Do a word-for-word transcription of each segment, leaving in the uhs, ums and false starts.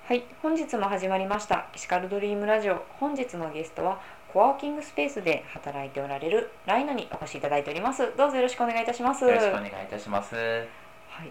はい、本日も始まりましたエシカルドリームラジオ。本日のゲストはコワーキングスペースで働いておられるライナにお越しいただいております。どうぞよろしくお願いいたします。 よろしくお願いいたします。 はい、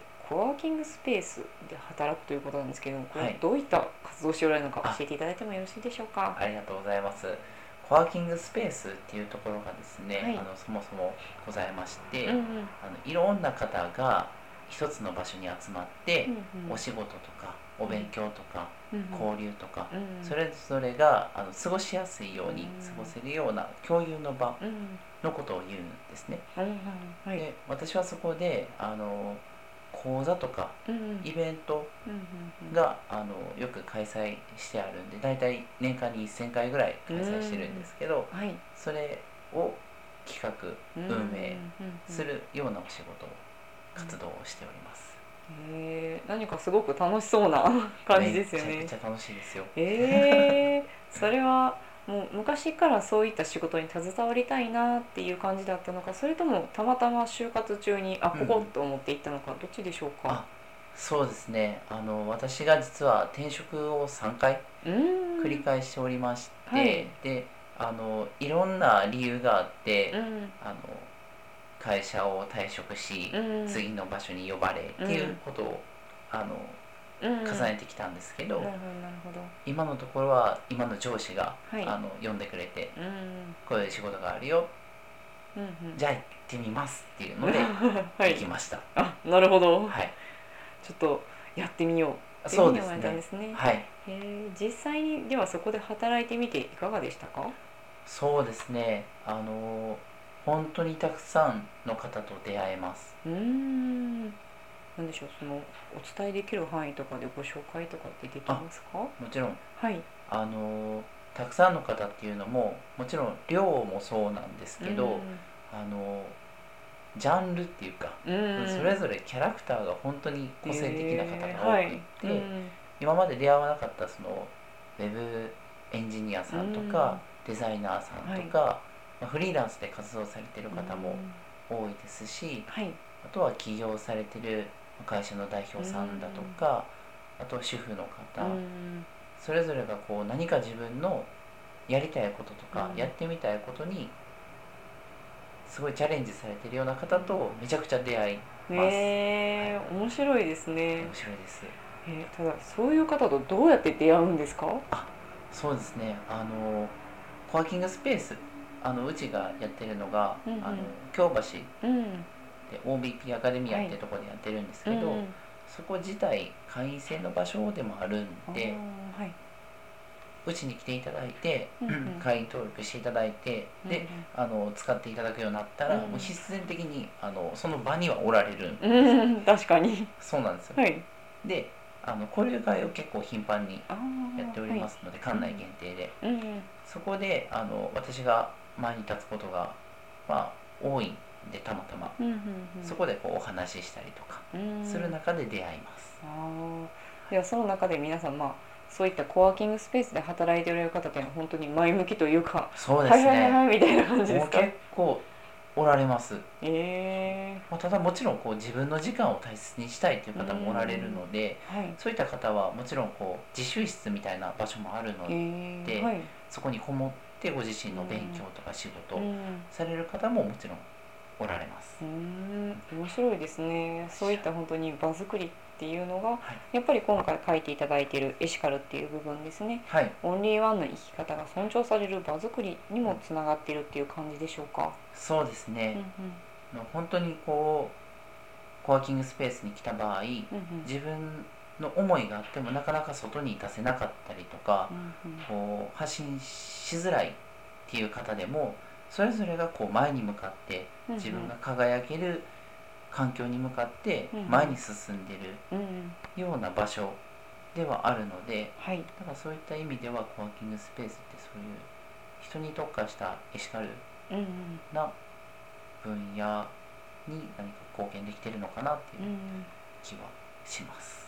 コワーキングスペースで働くということなんですけども、これはいどういった活動をしておられるのか教えていただいてもよろしいでしょうか。 ありがとうございます。コワーキングスペースっていうところがですね、 はいあのそもそもございまして、 うんうんあのいろんな方が一つの場所に集まって、 うんうんお仕事とかお勉強とか、 うんうん交流とか、 うんそれぞれがあの過ごしやすいようにうん過ごせるような共有の場うんのことを言うんですね。 うんうんはいで私はそこであの講座とかうんうんイベントうんうんがあのよく開催してあるんで、だいたい年間にせんかいぐらい開催してるんですけど、 はいそれを企画運営するようなお仕事活動をしております。 へー何かすごく楽しそうな感じですよね。 めちゃくちゃ楽しいですよ。 えー、それはもう昔からそういった仕事に携わりたいなっていう感じだったのか、それともたまたま就活中にあここと思って行ったのか、どっちでしょうか。 あ、そうですね。あの私が実は転職をさんかいうーん繰り返しておりまして、 はいであのいろんな理由があって、 うんあの会社を退職し、 うん次の場所に呼ばれっていうことを、あのうん重ねてきたんですけど、 なるほどなるほど今のところは今の上司が、 はいあの呼んでくれて、 うんこういう仕事があるよ、 うんうんじゃあ行ってみますっていうのではい行きました。 あなるほど、 はい、 ちょっとやってみようっていうふそうですうに思われたんでね。 すね。 はい、 へえ実際にではそこで働いてみていかがでしたか。 そうですね。あの本当にたくさんの方と出会えます。 うーんなんでしょう、そのお伝えできる範囲とかでご紹介とかってできますか。 もちろんはいあのたくさんの方っていうのももちろん量もそうなんですけど、あのジャンルっていうか、 うんそれぞれキャラクターが本当に個性的な方えーが多くって、 はいうん今まで出会わなかったそのウェブエンジニアさんとか、デザイナーさんとか、まあ、フリーランスで活動されてる方も多いですし、 はいあとは起業されてる会社の代表さんだとか、あとは主婦の方、 うんそれぞれがこう何か自分のやりたいこととか、 うんやってみたいことにすごいチャレンジされてるような方とめちゃくちゃ出会います。 えー面白いですね。 面白いです。 えーただそういう方とどうやって出会うんですか。 そうですね。あのコワーキングスペース、あのうちがやってるのが、 うんうんあの京橋うんで オービーピー アカデミアってとこでやってるんですけど、 うんそこ自体会員制の場所でもあるんで、 あーはいうちに来ていただいて、 うんうん会員登録していただいて、であの使っていただくようになったら、 うんもう必然的にあのその場にはおられるんです。 うんうん確かにそうなんですよ。 はいであの交流会を結構頻繁にあーやっておりますので、館内限定で、 はいうんうんそこであの私が前に立つことが、まあ、多いんで、たまたま、 うんうんうんそこでこうお話ししたりとかうんする中で出会います。 あーではその中で皆さん、まあ、そういったコワーキングスペースで働いておられる方っていうのは本当に前向きというか、 そうですね、 はいはいはいみたいな感じですか。 もう結構おられます。 えまあ、ただもちろんこう自分の時間を大切にしたいという方もおられるので、 ー、はいそういった方はもちろんこう自習室みたいな場所もあるのえで、 ー、はいそこにこもってご自身の勉強とか仕事をうんされる方ももちろんおられます。 うーん面白いですね。そういった本当に場作りっていうのが、 はい、 やっぱり今回書いていただいているエシカルっていう部分ですね。 はい、 オンリーワンの生き方が尊重される場作りにもつながっているっていう感じでしょうか。 そうですうんね、の本当にこうコワーキングスペースに来た場合、 うんうん自分の思いがあってもなかなか外に出せなかったりとか、 うんうんこう発信しづらいっていう方でも、それぞれがこう前に向かってうんうん自分が輝ける環境に向かって前に進んでるうんうんような場所ではあるので、 はいだからそういった意味ではコワーキングスペースってそういう人に特化したエシカルうんうんな分野に何か貢献できてるのかなっていううん気はします。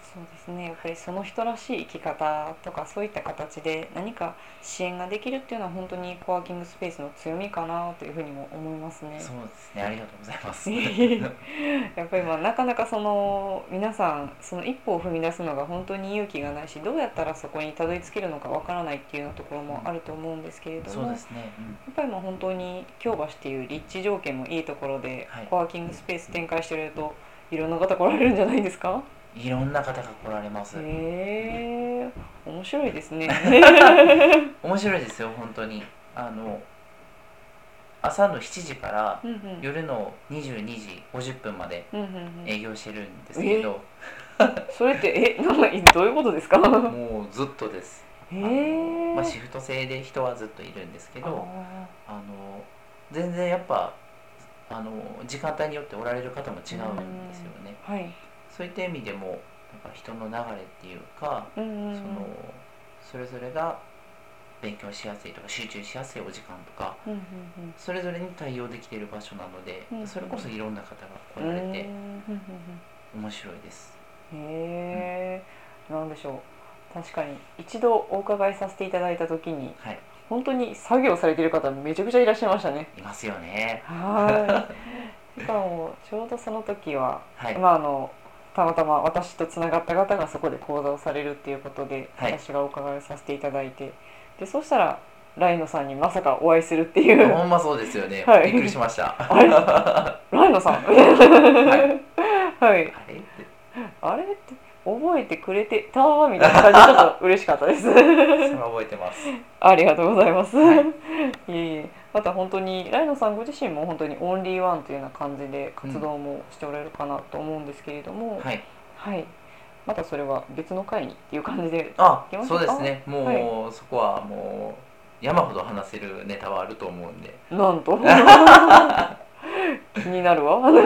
そうですね、やっぱりその人らしい生き方とかそういった形で何か支援ができるっていうのは本当にコワーキングスペースの強みかなというふうにも思いますね。 そうですね、ありがとうございますやっぱりまあなかなかその皆さんその一歩を踏み出すのが本当に勇気がないし、どうやったらそこにたどり着けるのかわからないっていうようなところもあると思うんですけれども、 そうですね、うん、 やっぱりまあ本当に京橋っていう立地条件もいいところで、 はい、 コワーキングスペース展開してるといろんな方来られるんじゃないですか？ いろんな方が来られます。 へえ、面白いですね。 面白いですよ、本当に。あの朝のしちじからうんうん、 夜のにじゅうにじごじゅっぷんまでうんうんうん、 営業してるんですけど、 それってえなんかどういうことですか？ もうずっとです。 へあの、 え、 まあ、シフト制で人はずっといるんですけど、 ああの全然やっぱあの時間帯によっておられる方も違うんですよね。 ー、はい、 そういった意味でもなんか人の流れっていうか、 うんうんうん、 そのそれぞれが勉強しやすいとか集中しやすいお時間とか、 うんうんうん、 それぞれに対応できている場所なので、 うんうん、 それこそいろんな方が来られて面白いです。 へえ、うん、なんでしょう、確かに一度お伺いさせていただいた時に、 はい、 本当に作業されている方めちゃくちゃいらっしゃいましたね。 いますよね。 はい。しかもちょうどその時は、 はい、 まああのたまたま私とつながった方がそこで講座をされるっていうことで、はい、私がお伺いさせていただいて、でそうしたらライノさんにまさかお会いするっていう。 ほんまそうですよね。はい、びっくりしました。 あれライノさん。はい。はい。あれってあれって覚えてくれてたみたいな感じでちょっと嬉しかったです。それは覚えてます。 ありがとうございます。はい、いえいえ。また本当にライノさんご自身も本当にオンリーワンというような感じで活動もしておられるかなと思うんですけれども、うん、はい、はい、またそれは別の回にっていう感じで。 あ、そうですね。もう、 はい、 そこはもう山ほど話せるネタはあると思うんで。 なんと気になるわ。はい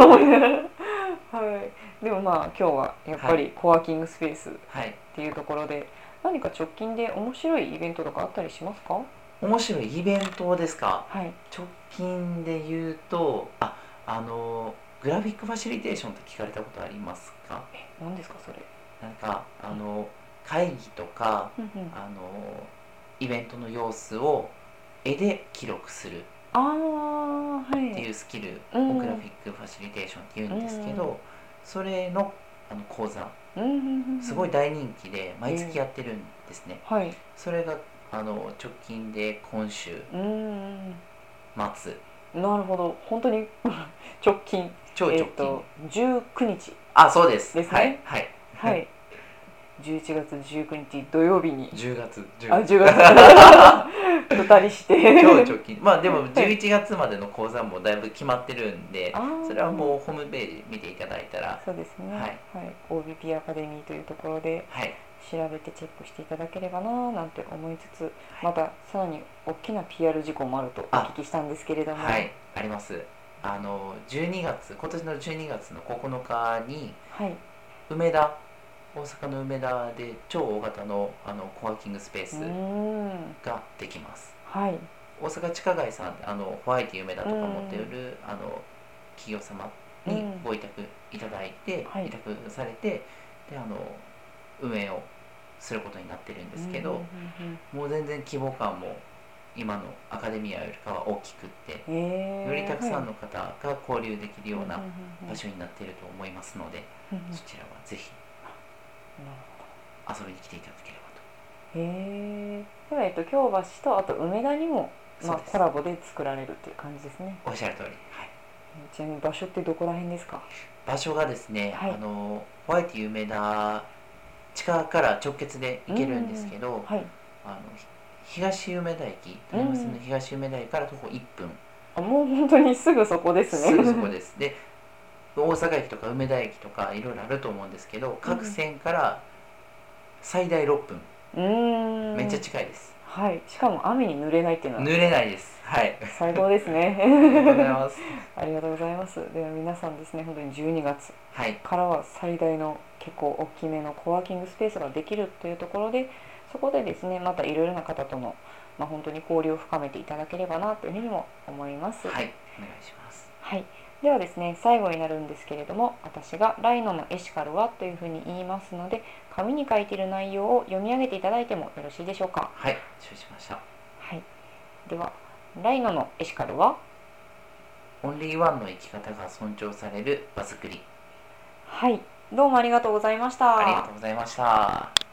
。でもまあ今日はやっぱりコワーキングスペースっていうところで、はい、何か直近で面白いイベントとかあったりしますか？ 面白いイベントですか？ はい、 直近で言うと、あ、あのグラフィックファシリテーションって聞かれたことありますか？ え、何ですかそれ？ なんかあの会議とか、 うんうん、 あのイベントの様子を絵で記録するあ、はい、 っていうスキルをグラフィックファシリテーションって言うんですけど、うん、それのあの講座、すごい大人気で毎月やってるんですね。 はい、それがあの直近で今週末。 なるほど、本当に直近、 超直近、 えー、とじゅうくにち、 あ、そうです。 ですね。 はいはい、 はい、じゅういちがつじゅうくにち土曜日に、 じゅうがつじゅうあ、じゅうがつふたりして超直近、まあでもじゅういちがつまでの講座もだいぶ決まってるんで、それはもうホームページ見ていただいたら、 そうですね、 はい、 はい、オービーピー アカデミーというところで調べてチェックしていただければななんて思いつつ、はい、またさらに大きな ピーアール 事項もあるとお聞きしたんですけれども。 はい、あります。あのじゅうにがつ、今年のじゅうにがつのここのかに、はい、梅田、大阪の梅田で超大型のあのコワーキングスペースができます。はい、大阪地下街さん、あのホワイティ梅田とか持っているあの企業様にご委託いただいて、はい、委託されて、であの運営をすることになってるんですけど、もう全然規模感も今のアカデミアよりかは大きくって、えー、よりたくさんの方が交流できるような場所になっていると思いますので、そちらはぜひ遊びに来ていただければと。 へえ。では、えっと、京橋とあと梅田にも、まあ、コラボで作られるっていう感じですね。 おっしゃる通り、はい、 ちなみに場所ってどこら辺ですか？ 場所がですね、はい、あのホワイティ梅田地下から直結で行けるんですけど、はい、あの東梅田駅、タイム線の東梅田駅から徒歩いっぷん、 あ、もう本当にすぐそこですね。 すぐそこです。で、大阪駅とか梅田駅とかいろいろあると思うんですけど、各線から最大ろっぷん、うーん、めっちゃ近いです。 はい、しかも雨に濡れないっていうのは濡れないです。はい、 最高ですね。 ありがとうございます。 ありがとうございます。では皆さんですね、本当にじゅうにがつからは最大の結構大きめのコワーキングスペースができるというところで、そこでですね、またいろいろな方との、まあ、本当に交流を深めていただければなというふうにも思います。 はい、お願いします。 はい。 ではですね、最後になるんですけれども、私がライノのエシカルはというふうに言いますので、紙に書いている内容を読み上げていただいてもよろしいでしょうか。 はい、承知しました。 はい、ではライノのエシカルは、 オンリーワンの生き方が尊重される場作り。 はい、どうもありがとうございました。 ありがとうございました。